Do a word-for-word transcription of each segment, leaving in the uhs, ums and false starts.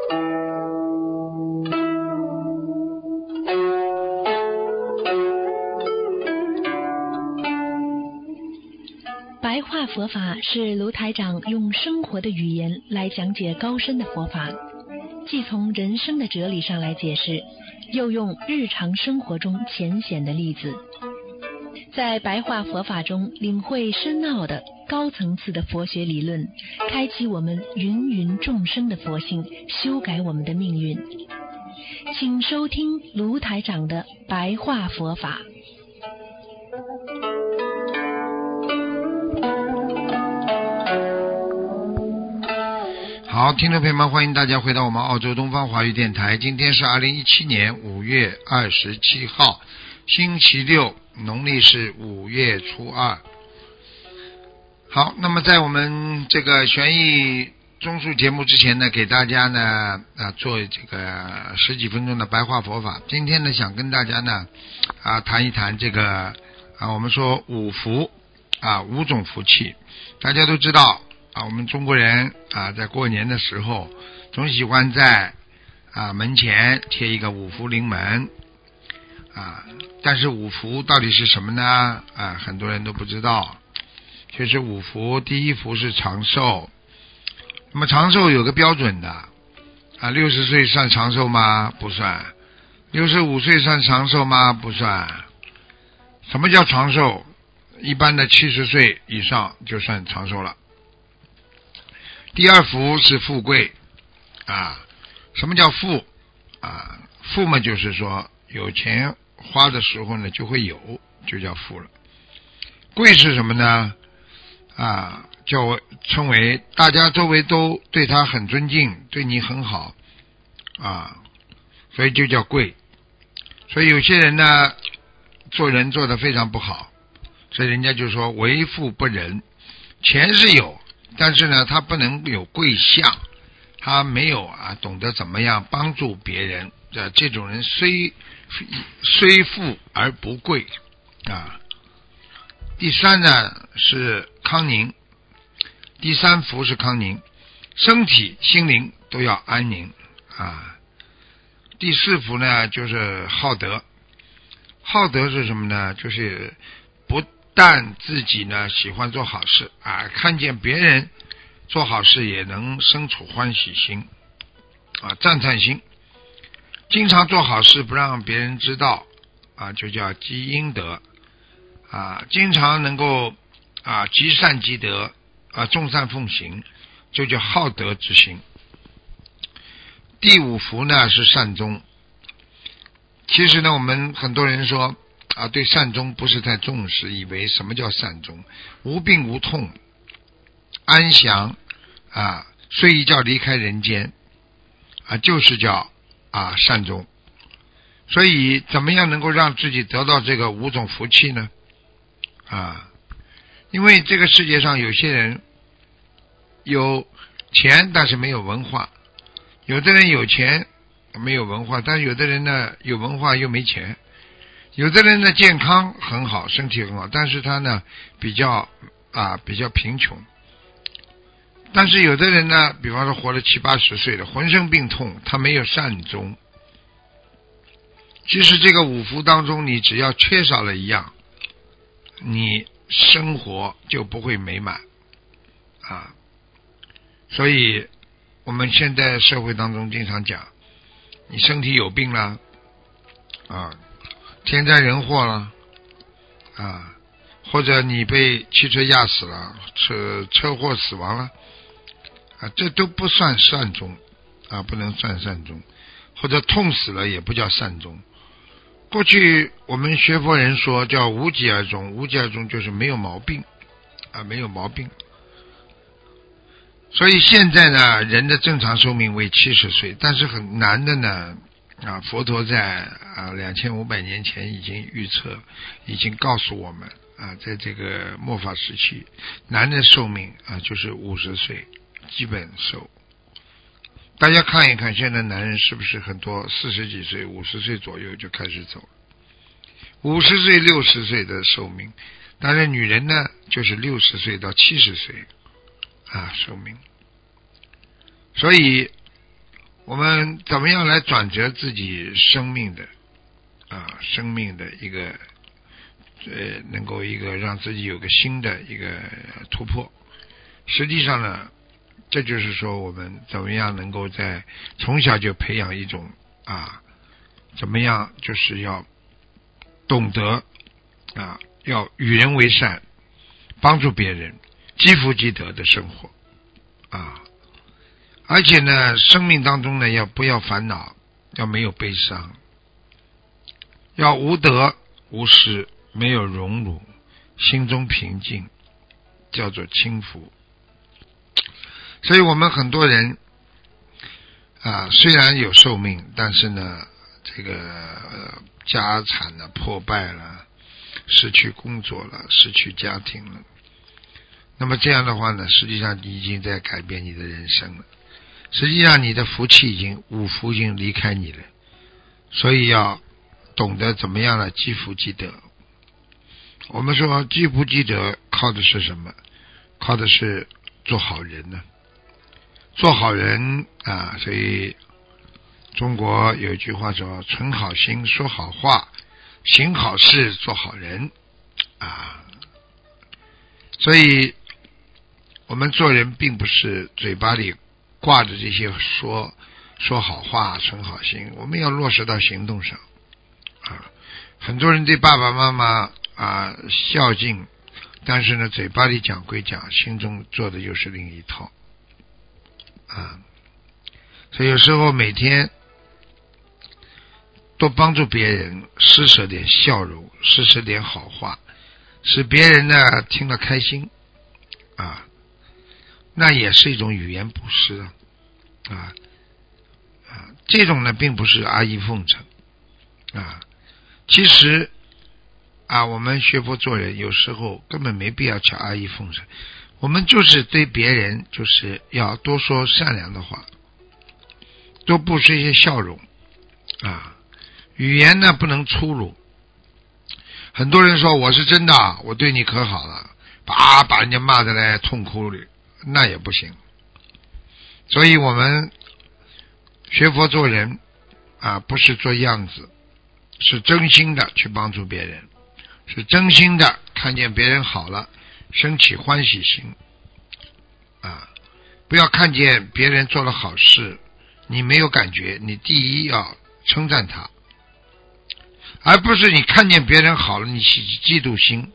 白话佛法是卢台长用生活的语言来讲解高深的佛法，既从人生的哲理上来解释，又用日常生活中浅显的例子，在白话佛法中领会深奥的高层次的佛学理论，开启我们芸芸众生的佛性，修改我们的命运。请收听卢台长的白话佛法。 好，听众朋友们，欢迎大家回到我们澳洲东方华语电台。今天是二零一七年五月二十七号，星期六，农历是五月初二。好，那么在我们这个悬疑综述节目之前呢，给大家呢啊做这个十几分钟的白话佛法。今天呢，想跟大家呢啊谈一谈这个啊我们说五福啊五种福气。大家都知道啊，我们中国人啊，在过年的时候，总喜欢在啊门前贴一个五福临门啊。但是五福到底是什么呢？啊，很多人都不知道。其实五福，第一福是长寿。那么长寿有个标准的啊，六十岁算长寿吗？不算。六十五岁算长寿吗？不算。什么叫长寿？一般的七十岁以上就算长寿了。第二福是富贵啊，什么叫富啊？富嘛，就是说有钱花的时候呢就会有，就叫富了。贵是什么呢？啊，叫称为大家周围都对他很尊敬，对你很好啊，所以就叫贵。所以有些人呢做人做得非常不好，所以人家就说为富不仁。钱是有，但是呢他不能有贵相，他没有啊懂得怎么样帮助别人，这这种人虽虽富而不贵啊。第三呢是康宁，第三福是康宁，身体心灵都要安宁啊。第四福呢就是好德，好德是什么呢？就是不但自己呢喜欢做好事啊，看见别人做好事也能生出欢喜心啊，赞叹心。经常做好事不让别人知道啊，就叫积阴德啊。经常能够啊积善积德啊，众善奉行，就叫好德之心。第五福呢是善终。其实呢，我们很多人说啊，对善终不是太重视，以为什么叫善终？无病无痛，安详啊，睡一觉离开人间啊，就是叫啊善终。所以怎么样能够让自己得到这个五种福气呢？啊，因为这个世界上有些人有钱但是没有文化，有的人有钱没有文化，但有的人呢有文化又没钱，有的人呢健康很好，身体很好，但是他呢比较啊比较贫穷。但是有的人呢，比方说活了七八十岁的，浑身病痛，他没有善终。其实这个五福当中，你只要缺少了一样，你生活就不会美满啊。所以我们现在社会当中经常讲，你身体有病了啊，天灾人祸了啊，或者你被汽车压死了，车车祸死亡了啊，这都不算善终啊，不能算善终。或者痛死了也不叫善终。过去我们学佛人说叫无疾而终，无疾而终就是没有毛病啊，没有毛病。所以现在呢，人的正常寿命为七十岁，但是很难的呢啊，佛陀在啊两千五百年前已经预测，已经告诉我们啊，在这个末法时期，男人寿命啊就是五十岁基本寿。大家看一看，现在男人是不是很多四十几岁、五十岁左右就开始走了？五十岁、六十岁的寿命，但是女人呢，就是六十岁到七十岁啊寿命。所以我们怎么样来转折自己生命的啊，生命的一个呃，能够一个让自己有个新的一个突破。实际上呢，这就是说我们怎么样能够在从小就培养一种啊，怎么样就是要懂得啊，要与人为善，帮助别人，积福积德的生活啊。而且呢，生命当中呢，要不要烦恼，要没有悲伤，要无得无失，没有荣辱，心中平静，叫做轻福。所以我们很多人啊，虽然有寿命，但是呢，这个、呃、家产呢破败了，失去工作了，失去家庭了。那么这样的话呢，实际上你已经在改变你的人生了。实际上你的福气已经五福已经离开你了，所以要懂得怎么样来积福积德。我们说积福积德靠的是什么？靠的是做好人呢。做好人啊，所以中国有一句话说：存好心，说好话，行好事，做好人啊。所以我们做人并不是嘴巴里挂着这些说说好话，存好心，我们要落实到行动上啊。很多人对爸爸妈妈啊孝敬，但是呢，嘴巴里讲归讲，心中做的又是另一套啊。所以有时候每天多帮助别人，施舍点笑容，施舍点好话，使别人呢听了开心啊，那也是一种语言布施啊啊啊！这种呢并不是阿谀奉承啊。其实啊，我们学佛做人，有时候根本没必要去阿谀奉承，我们就是对别人就是要多说善良的话，多布施一些笑容啊。语言呢不能粗鲁。很多人说我是真的，我对你可好了，把把人家骂得来痛哭里，那也不行。所以我们学佛做人啊，不是做样子，是真心的去帮助别人，是真心的看见别人好了，升起欢喜心啊！不要看见别人做了好事，你没有感觉，你第一要称赞他，而不是你看见别人好了，你起嫉妒心。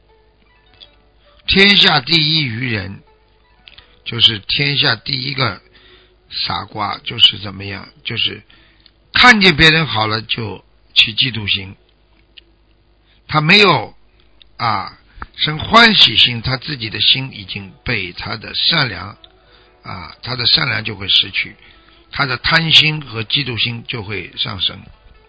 天下第一愚人，就是天下第一个傻瓜，就是怎么样，就是看见别人好了就起嫉妒心，他没有啊生欢喜心，他自己的心已经被他的善良啊，他的善良就会失去，他的贪心和嫉妒心就会上升。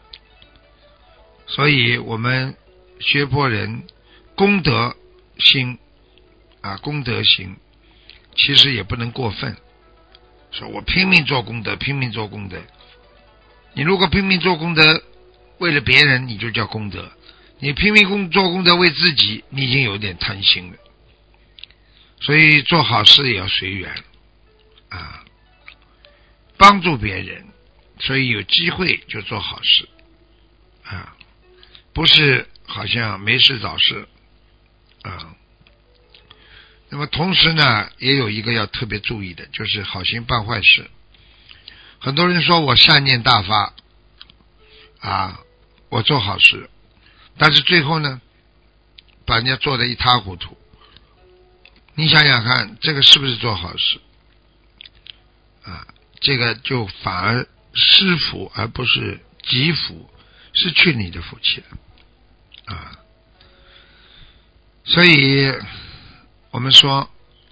所以我们学佛人功德心啊，功德心其实也不能过分，说我拼命做功德，拼命做功德。你如果拼命做功德为了别人，你就叫功德；你拼命做功德为自己，你已经有点贪心了。所以做好事也要随缘啊，帮助别人，所以有机会就做好事啊，不是好像没事找事啊。那么同时呢，也有一个要特别注意的，就是好心办坏事。很多人说我善念大发啊，我做好事，但是最后呢，把人家做得一塌糊涂。你想想看，这个是不是做好事啊？这个就反而失福而不是积福，失去你的福气了啊。所以我们说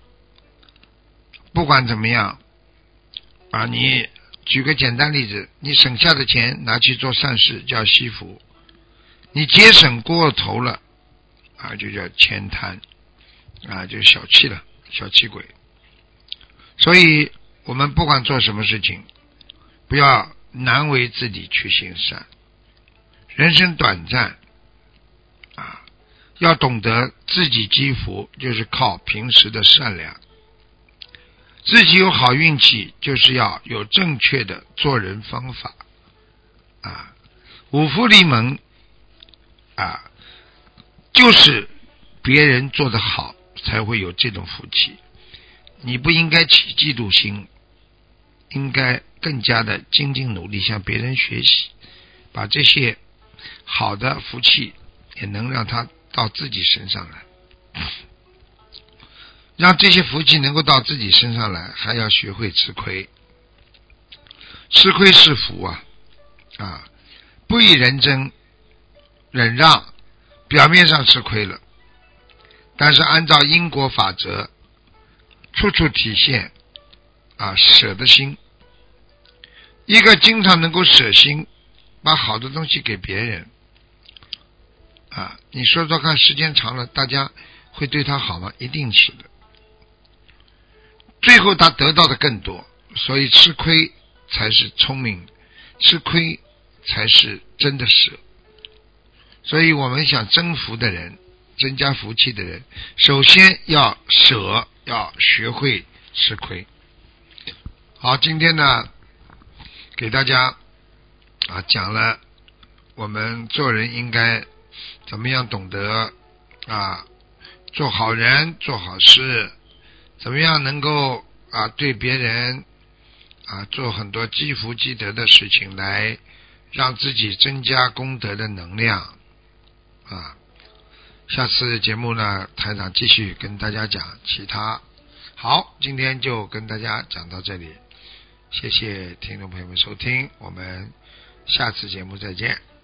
不管怎么样啊，你举个简单例子，你省下的钱拿去做善事叫惜福，你节省过头了啊，就叫悭贪啊，就小气了，小气鬼。所以我们不管做什么事情，不要难为自己去行善。人生短暂啊，要懂得自己积福，就是靠平时的善良。 自己有好运气，就是要有正确的做人方法啊。五福临门啊，就是别人做得好才会有这种福气。你不应该起嫉妒心，应该更加的精进努力向别人学习，把这些好的福气也能让它到自己身上来。让这些福气能够到自己身上来，还要学会吃亏。吃亏是福啊啊！不以人争，忍让，表面上吃亏了，但是按照因果法则，处处体现啊舍的心。一个经常能够舍心，把好的东西给别人啊，你说说看，时间长了，大家会对他好吗？一定是的。最后他得到的更多，所以吃亏才是聪明，吃亏才是真的舍。所以我们想增福的人，增加福气的人，首先要舍，要学会吃亏。好，今天呢给大家啊讲了我们做人应该怎么样懂得啊做好人做好事，怎么样能够啊对别人啊做很多积福积德的事情，来让自己增加功德的能量啊。下次节目呢，台长继续跟大家讲其他。好，今天就跟大家讲到这里，谢谢听众朋友们收听，我们下次节目再见。